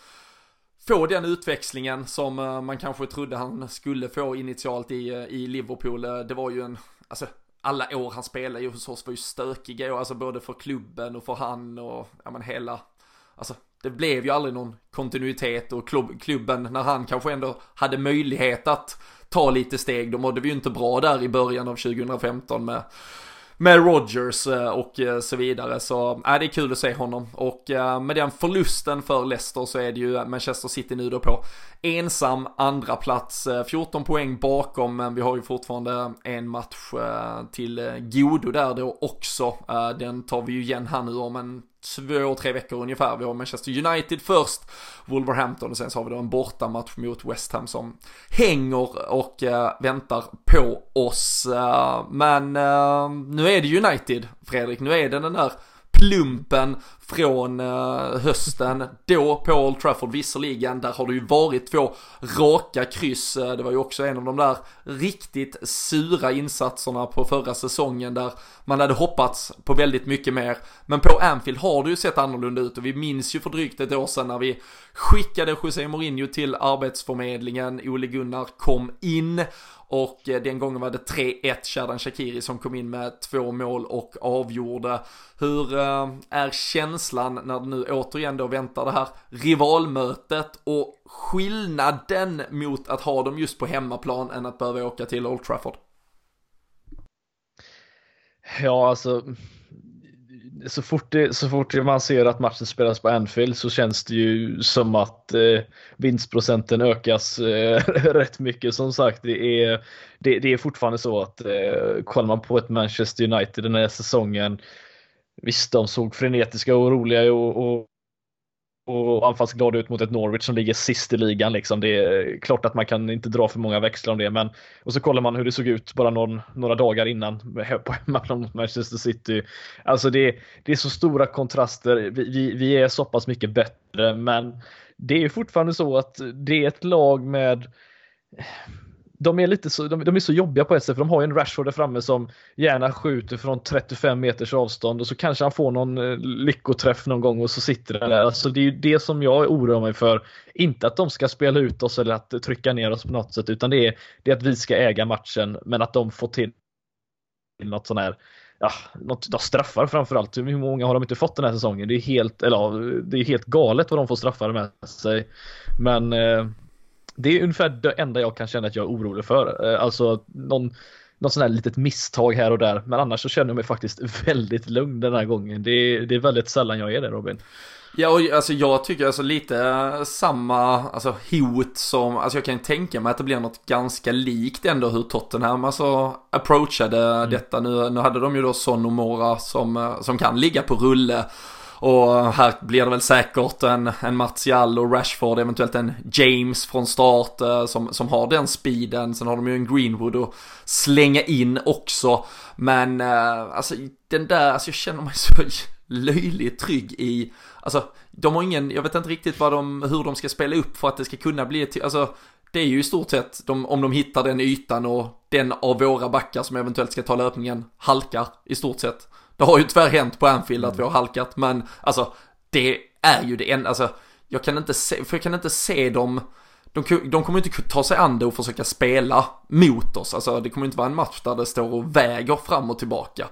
S1: få den utväxlingen som uh, man kanske trodde han skulle få initialt i, uh, i Liverpool. Uh, det var ju en, alltså alla år han spelade ju hos oss var ju stökiga, alltså både för klubben och för han och ja men hela, alltså det blev ju aldrig någon kontinuitet och klubb, klubben när han kanske ändå hade möjlighet att ta lite steg, då mådde vi ju inte bra där i början av tjugohundrafemton med, med Rodgers och så vidare. Så äh, det är kul att se honom. Och äh, med den förlusten för Leicester så är det ju Manchester City nu då på ensam andra plats, fjorton poäng bakom, men vi har ju fortfarande en match äh, till godo där då också. Äh, den tar vi ju igen här nu om en två, tre veckor ungefär. Vi har Manchester United först, Wolverhampton och sen så har vi då en bortamatch mot West Ham som hänger och äh, väntar på oss. Äh, men äh, nu är det United, Fredrik. Nu är det den där plumpen från uh, hösten då på Old Trafford visserligen. Där har det ju varit två raka kryss. Det var ju också en av de där riktigt sura insatserna på förra säsongen där man hade hoppats på väldigt mycket mer. Men på Anfield har det ju sett annorlunda ut och vi minns ju för drygt ett år sedan när vi skickade José Mourinho till arbetsförmedlingen. Ole Gunnar kom in och den gången var det tre ett Xherdan Shaqiri som kom in med två mål och avgjorde. Hur är känslan när du nu återigen då väntar det här rivalmötet och skillnaden mot att ha dem just på hemmaplan än att behöva åka till Old Trafford?
S2: Ja, alltså så fort, det, så fort man ser att matchen spelas på Anfield så känns det ju som att eh, vinstprocenten ökas eh, rätt mycket. Som sagt, det är, det, det är fortfarande så att eh, kollar man på ett Manchester United den här säsongen, visst de såg frenetiska och roliga och, och och anfallsglad ut mot ett Norwich som ligger sist i ligan liksom. Det är klart att man kan inte dra för många växlar om det, men och så kollar man hur det såg ut bara någon, några dagar innan på hemmaplan mot Manchester City. Alltså det, det är så stora kontraster. Vi, vi, vi är så pass mycket bättre, men det är fortfarande så att det är ett lag med de är lite så, de, de är så jobbiga på ett sätt, för de har ju en Rashford där framme som gärna skjuter från trettiofem meters avstånd och så kanske han får någon eh, lyckoträff någon gång och så sitter det där. Alltså det är ju det som jag oroar mig för. Inte att de ska spela ut oss eller att trycka ner oss på något sätt, utan det är, det är att vi ska äga matchen, men att de får till något sån här, ja, något, de straffar framförallt. Hur många har de inte fått den här säsongen? Det är helt, eller, det är helt galet vad de får straffar med sig. Men eh, det är ungefär det enda jag kan känna att jag är orolig för. Alltså någon, någon sån här litet misstag här och där. Men annars så känner jag mig faktiskt väldigt lugn den här gången. Det är, det är väldigt sällan jag är det, Robin.
S1: Ja, och alltså jag tycker alltså lite samma alltså hot som, alltså jag kan tänka mig att det blir något ganska likt ändå hur Tottenham alltså approachade mm. detta. Nu, nu hade de ju då Son och Mora som, som kan ligga på rulle. Och här blir det väl säkert en, en Martial och Rashford, eventuellt en James från start eh, som, som har den speeden. Sen har de ju en Greenwood att slänga in också. Men eh, alltså den där, alltså jag känner mig så löjligt trygg i, alltså de har ingen, jag vet inte riktigt vad de, hur de ska spela upp för att det ska kunna bli ett, alltså det är ju i stort sett de, om de hittar den ytan och den av våra backar som eventuellt ska ta löpningen halkar i stort sett. Det har ju tyvärr hänt på Anfield att vi har halkat, men alltså det är ju det enda, alltså jag kan inte se, för jag kan inte se dem, de, de kommer inte ta sig an det och försöka spela mot oss, alltså det kommer inte vara en match där det står och väger fram och tillbaka.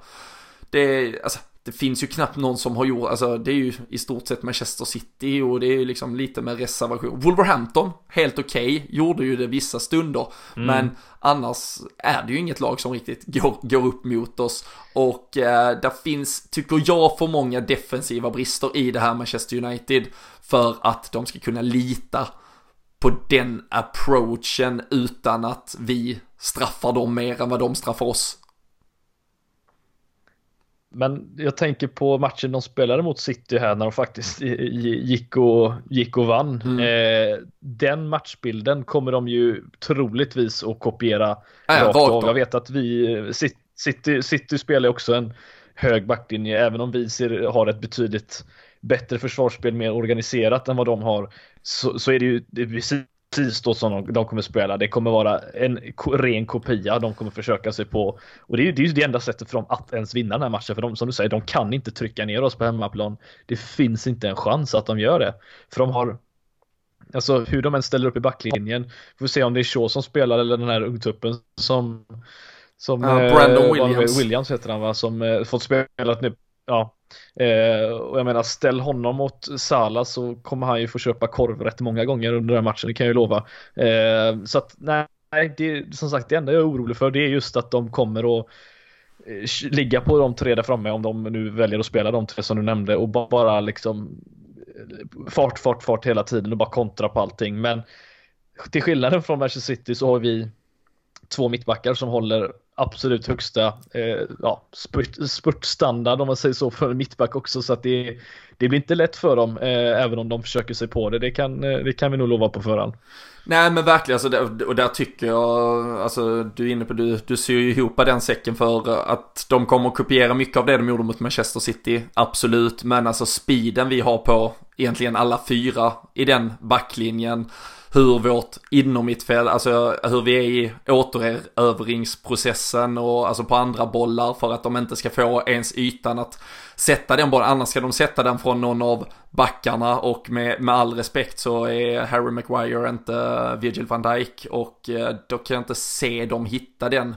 S1: Det, alltså, det finns ju knappt någon som har gjort, alltså det är ju i stort sett Manchester City och det är ju liksom lite med reservation. Wolverhampton, helt okej, okay, gjorde ju det vissa stunder, mm. men annars är det ju inget lag som riktigt går, går upp mot oss. Och eh, där finns, tycker jag, för många defensiva brister i det här Manchester United för att de ska kunna lita på den approachen utan att vi straffar dem mer än vad de straffar oss.
S2: Men jag tänker på matchen de spelade mot City här när de faktiskt gick och, gick och vann. Mm. Eh, den matchbilden kommer de ju troligtvis att kopiera äh, rakt av. Jag vet att vi City, City spelar också en hög backlinje, även om vi ser, har ett betydligt bättre försvarsspel, mer organiserat än vad de har, så, så är det ju det är precis då som de, de kommer spela. Det kommer vara en ren kopia de kommer försöka sig på, och det är ju det, är det enda sättet för dem att ens vinna den här matchen, för de, som du säger, de kan inte trycka ner oss på hemmaplan. Det finns inte en chans att de gör det, för de har, alltså hur de än ställer upp i backlinjen, får vi se om det är Shaw som spelar eller den här ungtuppen som som
S1: ja, Brandon eh, Williams.
S2: Williams heter han, va, som eh, fått spela nu. Ja, eh, och jag menar, ställ honom mot Salah så kommer han ju få köpa korv rätt många gånger under den här matchen, det kan jag ju lova. Eh, så att nej, det, som sagt, det enda jag är orolig för, det är just att de kommer att eh, ligga på de tre där framme, om de nu väljer att spela de tre som du nämnde, och bara liksom fart, fart, fart hela tiden och bara kontra på allting. Men till skillnaden från Manchester City så har vi två mittbackar som håller absolut högsta eh, ja, spurt, spurtstandard, om man säger så, för en mittback också, så att det, det blir inte lätt för dem, eh, även om de försöker sig på det. Det kan, det kan vi nog lova på förhand.
S1: Nej, men verkligen, alltså, där, och där tycker jag, alltså, du är inne på, du, du ser ju ihop den säcken för att de kommer att kopiera mycket av det de gjorde mot Manchester City, absolut, men alltså speeden vi har på egentligen alla fyra i den backlinjen, hur vårt inommittfält, alltså hur vi är i återövringsprocessen och alltså på andra bollar för att de inte ska få ens ytan att sätta den bollen, annars ska de sätta den från någon av backarna och med, med all respekt så är Harry Maguire inte Virgil van Dijk och eh, då kan jag inte se dem hitta den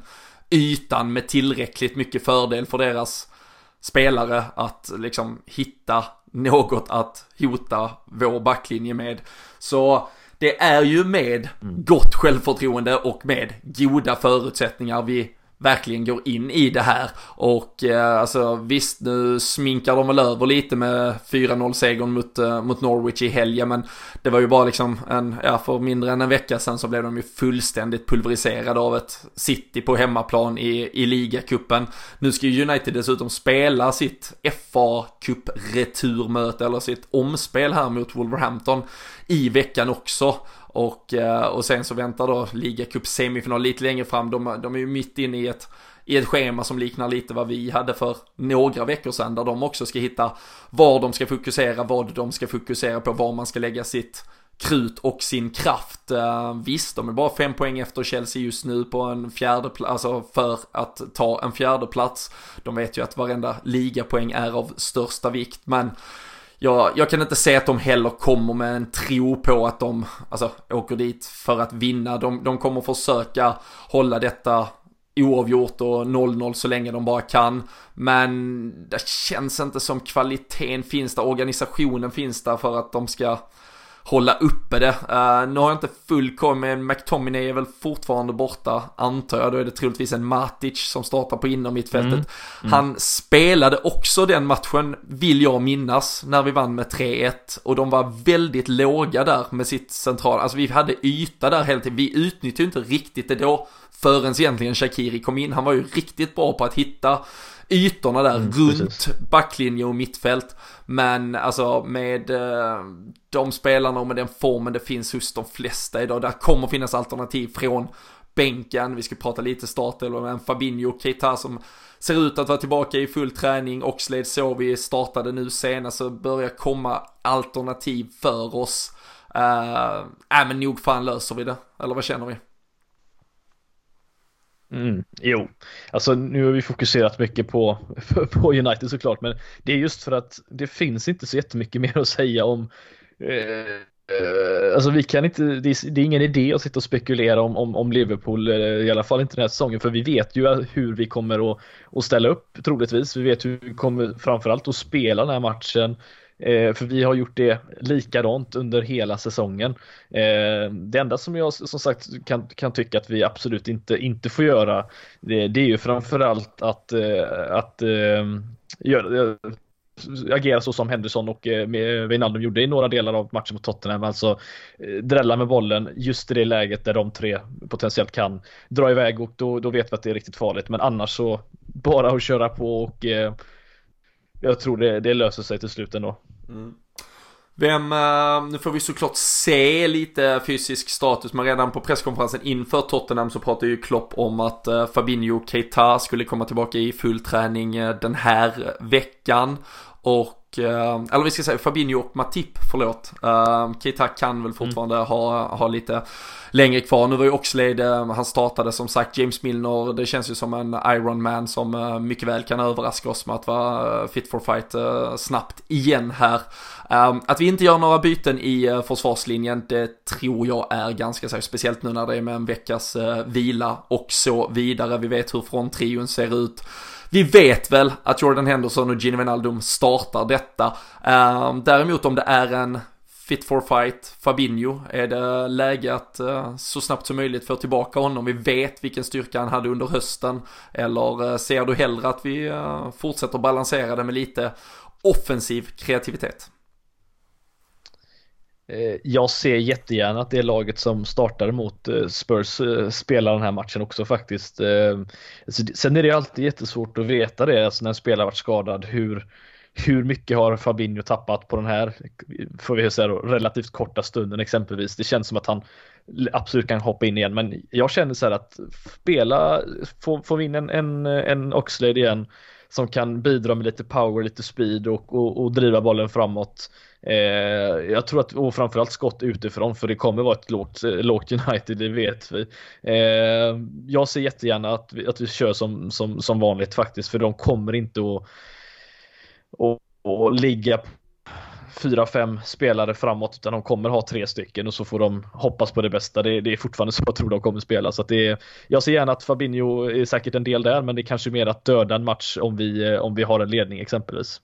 S1: ytan med tillräckligt mycket fördel för deras spelare att liksom hitta något att hota vår backlinje med. Så det är ju med gott självförtroende och med goda förutsättningar vi verkligen går in i det här. Och eh, alltså visst, nu sminkar de väl över lite med fyra noll segern mot, eh, mot Norwich i helgen, men det var ju bara liksom en, ja, för mindre än en vecka sedan så blev de ju fullständigt pulveriserade av ett City på hemmaplan i, i ligacupen. Nu ska ju United dessutom spela sitt F A-cup-returmöte eller sitt omspel här mot Wolverhampton i veckan också. Och, och sen så väntar då ligacup semifinal lite längre fram. De, de är ju mitt inne i ett, i ett schema som liknar lite vad vi hade för några veckor sedan, där de också ska hitta var de ska fokusera, vad de ska fokusera på, var man ska lägga sitt krut och sin kraft. Uh, visst, de är bara fem poäng efter Chelsea just nu på en fjärde plats, alltså för att ta en fjärde plats. De vet ju att varenda ligapoäng är av största vikt, men Jag, jag kan inte säga att de heller kommer med en tro på att de alltså, åker dit för att vinna. De, de kommer försöka hålla detta oavgjort och noll noll så länge de bara kan. Men det känns inte som kvaliteten finns där, organisationen finns där för att de ska hålla uppe det. Uh, nu har jag inte full koll, men McTominay är väl fortfarande borta, antar jag. Då är det troligtvis en Matic som startar på inom mittfältet. Mm. Mm. Han spelade också den matchen, vill jag minnas, när vi vann med tre ett. Och de var väldigt låga där med sitt central. Alltså vi hade yta där hela tiden. Vi utnyttjade inte riktigt det då förrän egentligen Shaqiri kom in. Han var ju riktigt bra på att hitta ytorna där mm, runt precis. Backlinje och mittfält. Men alltså med eh, de spelarna och med den formen det finns hos de flesta idag, där kommer finnas alternativ från bänken. Vi ska prata lite start eller en Fabinho och Keita som ser ut att vara tillbaka i full träning. Oxlade så vi startade nu senast, så börjar komma alternativ för oss. Äh, äh men nog fan löser vi det. Eller vad känner vi?
S2: Mm, jo, alltså nu har vi fokuserat mycket på, på United såklart, men det är just för att det finns inte så jättemycket mer att säga om eh, eh, alltså vi kan inte, det är, det är ingen idé att sitta och spekulera om, om, om Liverpool, i alla fall inte den här säsongen, för vi vet ju hur vi kommer att, att ställa upp troligtvis, vi vet hur vi kommer framförallt att spela den här matchen. Eh, för vi har gjort det likadant under hela säsongen. Eh, det enda som jag som sagt kan, kan tycka att vi absolut inte, inte får göra, det, det är ju framförallt att, eh, att eh, göra, agera så som Henderson och eh, Wijnaldum gjorde i några delar av matchen mot Tottenham. Alltså eh, drälla med bollen just i det läget där de tre potentiellt kan dra iväg, och då, då vet vi att det är riktigt farligt. Men annars så bara att köra på, och eh, jag tror det, det löser sig till slut ändå. Mm.
S1: Vem, nu får vi såklart se lite fysisk status, men redan på presskonferensen inför Tottenham så pratade ju Klopp om att Fabinho och Keita skulle komma tillbaka i full träning den här veckan. Och eller vi ska säga Fabinho och Matip, förlåt. Uh, Keita kan väl fortfarande mm. ha, ha lite längre kvar. Nu var ju Oxlade, han startade som sagt. James Milner, det känns ju som en Iron Man som uh, mycket väl kan överraska oss med att vara uh, fit for fight uh, snabbt igen här. Um, att vi inte gör några byten i uh, försvarslinjen, det tror jag är ganska så, speciellt nu när det är med en veckas uh, vila och så vidare. Vi vet hur fronttrion ser ut. Vi vet väl att Jordan Henderson och Gini Wijnaldum startar detta. Uh, däremot om det är en fit for fight Fabinho, är det läge att uh, så snabbt som möjligt få tillbaka honom. Vi vet vilken styrka han hade under hösten. Eller uh, ser du hellre att vi uh, fortsätter balansera det med lite offensiv kreativitet?
S2: Jag ser jättegärna att det är laget som startar mot Spurs spelar den här matchen också faktiskt. Sen är det alltid jättesvårt att veta det, alltså när en spelare varit skadad, hur, hur mycket har Fabinho tappat på den här, får vi säga då, relativt korta stunden exempelvis. Det känns som att han absolut kan hoppa in igen, men jag känner så här att spela, få, få in en, en, en Oxlade igen som kan bidra med lite power, lite speed och, och, och driva bollen framåt. Eh, jag tror att, och framförallt skott utifrån, för det kommer vara ett lågt, lågt United, det vet vi. Eh, jag ser jättegärna att vi, att vi kör som, som, som vanligt faktiskt, för de kommer inte att, att, att ligga fyra, fem spelare framåt, utan de kommer ha tre stycken och så får de hoppas på det bästa. Det, det är fortfarande så jag tror de kommer spela. Så att det är, jag ser gärna att Fabinho är säkert en del där, men det är kanske mer att döda en match om vi, om vi har en ledning exempelvis.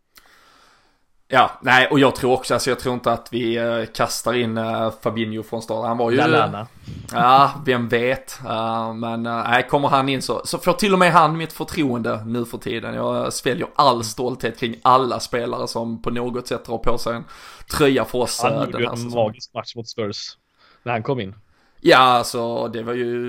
S1: Ja, nej, och jag tror också, alltså jag tror inte att vi uh, kastar in uh, Fabinho från start. Han var ju...
S2: Lallana.
S1: Ja, vem vet. Uh, men uh, nej, kommer han in så, så får till och med han mitt förtroende nu för tiden. Jag sväljer all stolthet kring alla spelare som på något sätt drar på sig en tröja för oss.
S2: Han
S1: uh,
S2: gjorde en magisk match mot Spurs när han kom in.
S1: Ja, alltså det var ju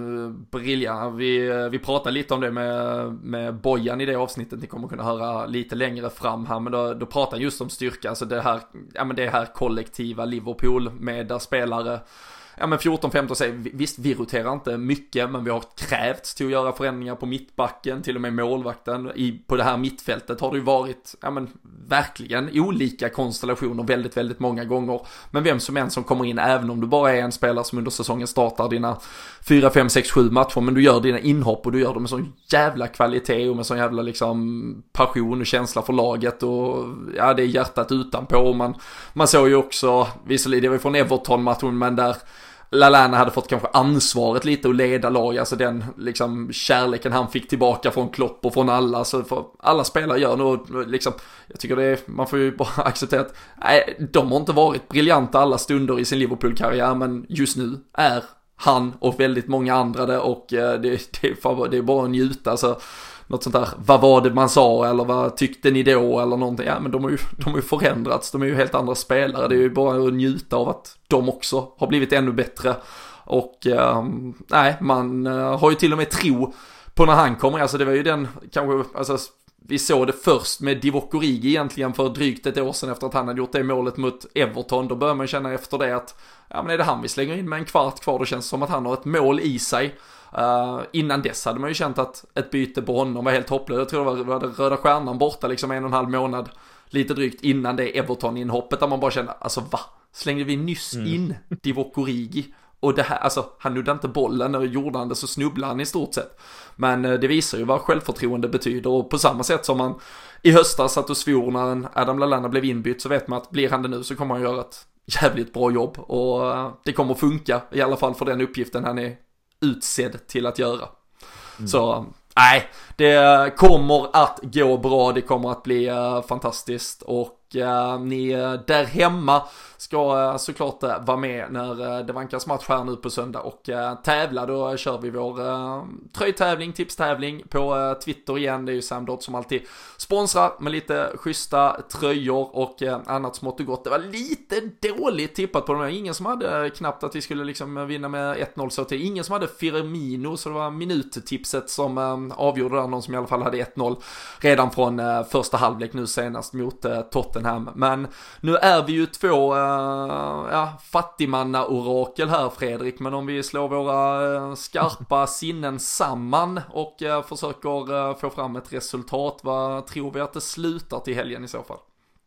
S1: briljant. Vi, vi pratade lite om det med, med Bojan i det avsnittet. Ni kommer kunna höra lite längre fram här. Men då, då pratar han just om styrka. Alltså det här, ja, men det här kollektiva Liverpool med där spelare... Ja, men fjorton femton säger, visst vi roterar inte mycket, men vi har krävts till att göra förändringar på mittbacken, till och med målvakten. I, på det här mittfältet har det ju varit, ja men verkligen olika konstellationer väldigt, väldigt många gånger. Men vem som än som kommer in, även om du bara är en spelare som under säsongen startar dina fyra, fem, sex, sju matcher, men du gör dina inhopp och du gör dem med sån jävla kvalitet och med sån jävla liksom passion och känsla för laget och ja, det är hjärtat utanpå. Och man, man såg ju också, visserligen det var från Everton-matchen, men där Lallana hade fått kanske ansvaret lite att leda lag, alltså den liksom kärleken han fick tillbaka från Klopp och från alla, så för alla spelare gör nu liksom, jag tycker det är, man får ju bara acceptera att nej, de har inte varit briljanta alla stunder i sin Liverpool-karriär, men just nu är han och väldigt många andra det, och det, det, är, det är bara att njuta, alltså något sånt där, vad var det man sa eller vad tyckte ni då eller någonting, ja men de har ju, de har ju förändrats, de är ju helt andra spelare, det är ju bara att njuta av att de också har blivit ännu bättre, och eh, nej, man eh, har ju till och med tro på när han kommer, alltså det var ju den, kanske, alltså vi såg det först med Divock Origi egentligen för drygt ett år sedan efter att han hade gjort det målet mot Everton, då börjar man känna efter det att, ja men är det han vi slänger in med en kvart kvar, då känns det som att han har ett mål i sig. Uh, innan dess hade man ju känt att ett byte på honom var helt hopplöst. Jag tror det var, det var Röda Stjärnan borta liksom en och en halv månad lite drygt innan det Everton-inhoppet, där man bara kände, alltså va? Slängde vi nyss mm. in Divock Origi? Och det här, alltså han nuddade inte bollen, och gjorde han det så snubblade han i stort sett. Men uh, det visar ju vad självförtroende betyder, och på samma sätt som man i höstas satt och svor när Adam Lallana blev inbytt, så vet man att blir han det nu så kommer han göra ett jävligt bra jobb, och uh, det kommer funka i alla fall för den uppgiften han är utsedd till att göra. Mm. Så nej, det kommer att gå bra, det kommer att bli uh, fantastiskt, och uh, ni uh, där hemma ska uh, såklart uh, vara med när uh, det vankas match här nu på söndag och uh, tävla. Då kör vi vår uh, tröjtävling, tipstävling på uh, Twitter igen. Det är ju Sam Dodd som alltid sponsrar med lite schyssta tröjor och uh, annat smått och gott. Det var lite dåligt tippat på dem. Ingen som hade uh, knappt att vi skulle liksom vinna med ett noll så till. Ingen som hade Firmino, så det var minuttipset som uh, avgjorde där. Någon som i alla fall hade ett noll redan från uh, första halvlek nu senast mot uh, Tottenham. Men nu är vi ju två uh, ja, fattigmanna-orakel här, Fredrik, men om vi slår våra uh, skarpa sinnen samman och uh, försöker uh, få fram ett resultat, vad tror vi att det slutar till helgen i så fall?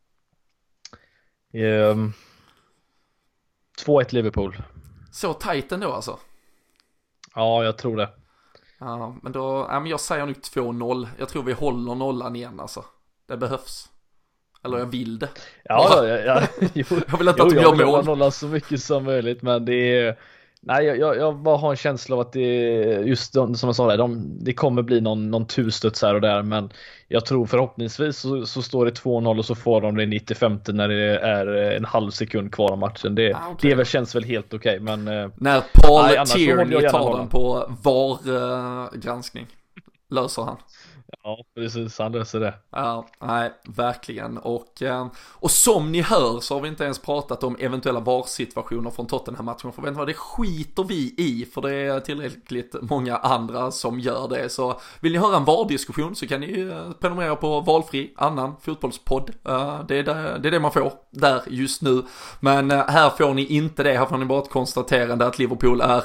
S2: Um, två ett Liverpool.
S1: Så tajt ändå alltså?
S2: Ja, jag tror det.
S1: Ja, men då, ja, men jag säger nu två noll. Jag tror vi håller nollan igen alltså. Det behövs. Eller jag vill det.
S2: Ja, ja, ja. Jo,
S1: jag vill inte att de gör mål.
S2: Jag vill nolla så mycket som möjligt, men det är... Nej, jag, jag bara har en känsla av att det just som jag sa där, de, det kommer bli någon, någon turstuds här och där, men jag tror förhoppningsvis så, så står det två noll och så får de det nittiofem när det är en halv sekund kvar av matchen. Det, ah, okay. det väl, känns väl helt okej, okay, men
S1: när Paul Tierney tar den på VAR-granskning löser han.
S2: Ja, precis, han löser det.
S1: Ja, nej, verkligen. Och, och som ni hör så har vi inte ens pratat om eventuella V A R-situationer från Tottenham-matchen. För vet ni vad, det skiter vi i, för det är tillräckligt många andra som gör det. Så vill ni höra en V A R-diskussion så kan ni prenumerera på valfri annan fotbollspodd. Det är det, det är det man får där just nu. Men här får ni inte det. Här får ni bara ett konstaterande att Liverpool är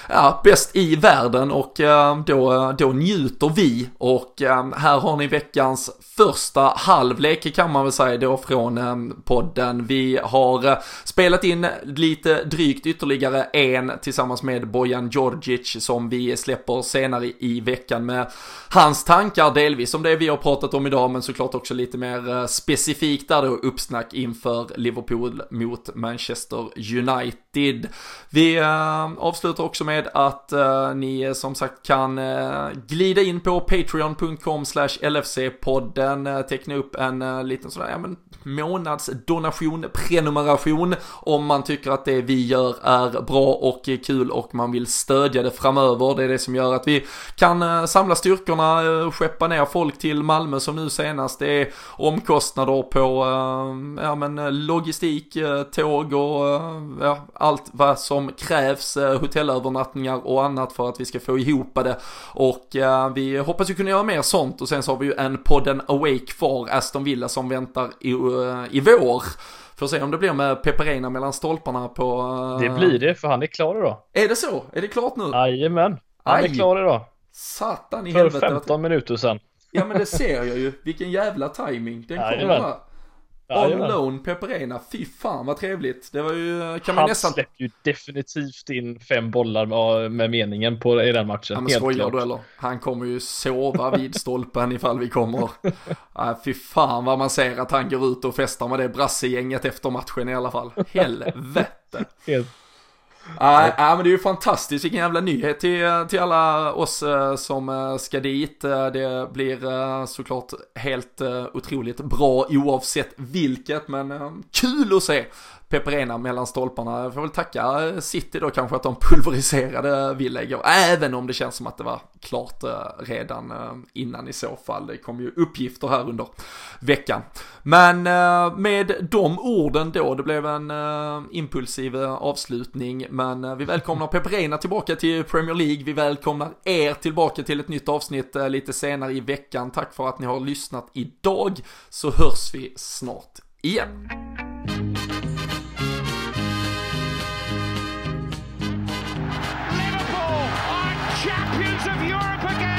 S1: ja, bäst i världen och då, då njuter vi och här har ni veckans första halvlek kan man väl säga då från podden. Vi har spelat in lite drygt ytterligare en tillsammans med Bojan Djordjic som vi släpper senare i veckan med hans tankar delvis om det vi har pratat om idag, men såklart också lite mer specifikt där då uppsnack inför Liverpool mot Manchester United. Vi äh, avslutar också med att äh, ni som sagt kan äh, glida in på patreon punkt com slash L F C podden, äh, teckna upp en äh, liten sådär, ja men månadsdonation, prenumeration om man tycker att det vi gör är bra och kul och man vill stödja det framöver. Det är det som gör att vi kan äh, samla styrkorna, äh, skeppa ner folk till Malmö som nu senast. Det är omkostnader på äh, ja men logistik, äh, tåg och äh, ja, allt vad som krävs, äh, hotellövernattningar och annat för att vi ska få ihop det. Och äh, vi hoppas ju kunna göra mer sånt. Och sen så har vi ju en podden Awake för Aston Villa som väntar i, uh, i vår. Får se om det blir med Peperina mellan stolparna på... Uh...
S2: Det blir det, för han är klar idag.
S1: Är det så? Är det klart nu?
S2: Jajamän, han Aj. är klar idag.
S1: Satan i
S2: för
S1: helvete.
S2: För femton minuter sedan.
S1: Ja men det ser jag ju. Vilken jävla timing. Den kommer här. On loan, Peperina, fy fan vad trevligt. Det var ju, kan man
S2: han
S1: nästan...
S2: släppte ju definitivt in fem bollar med, med meningen på, i den matchen.
S1: Ja, men skojar du eller? Han kommer ju sova vid stolpen ifall vi kommer. Ja, fy fan vad man ser att han går ut och festar med det brassegänget efter matchen i alla fall. Helvete.
S2: Helt.
S1: Ja, äh, äh, men det är ju fantastiskt, vilken jävla nyhet till, till alla oss äh, som äh, ska dit. Äh, det blir äh, såklart helt äh, otroligt bra oavsett vilket, men äh, kul att se Peperina mellan stolparna. Jag får väl tacka City då kanske att de pulveriserade Villa igår, även om det känns som att det var klart äh, redan äh, innan i så fall. Det kom ju uppgifter här under veckan. Men äh, med de orden då, det blev en äh, impulsiv äh, avslutning, men äh, vi välkomnar Peperina tillbaka till Premier League. Vi välkomnar er tillbaka till ett nytt avsnitt äh, lite senare i veckan. Tack för att ni har lyssnat idag, så hörs vi snart igen. Champions of Europe again!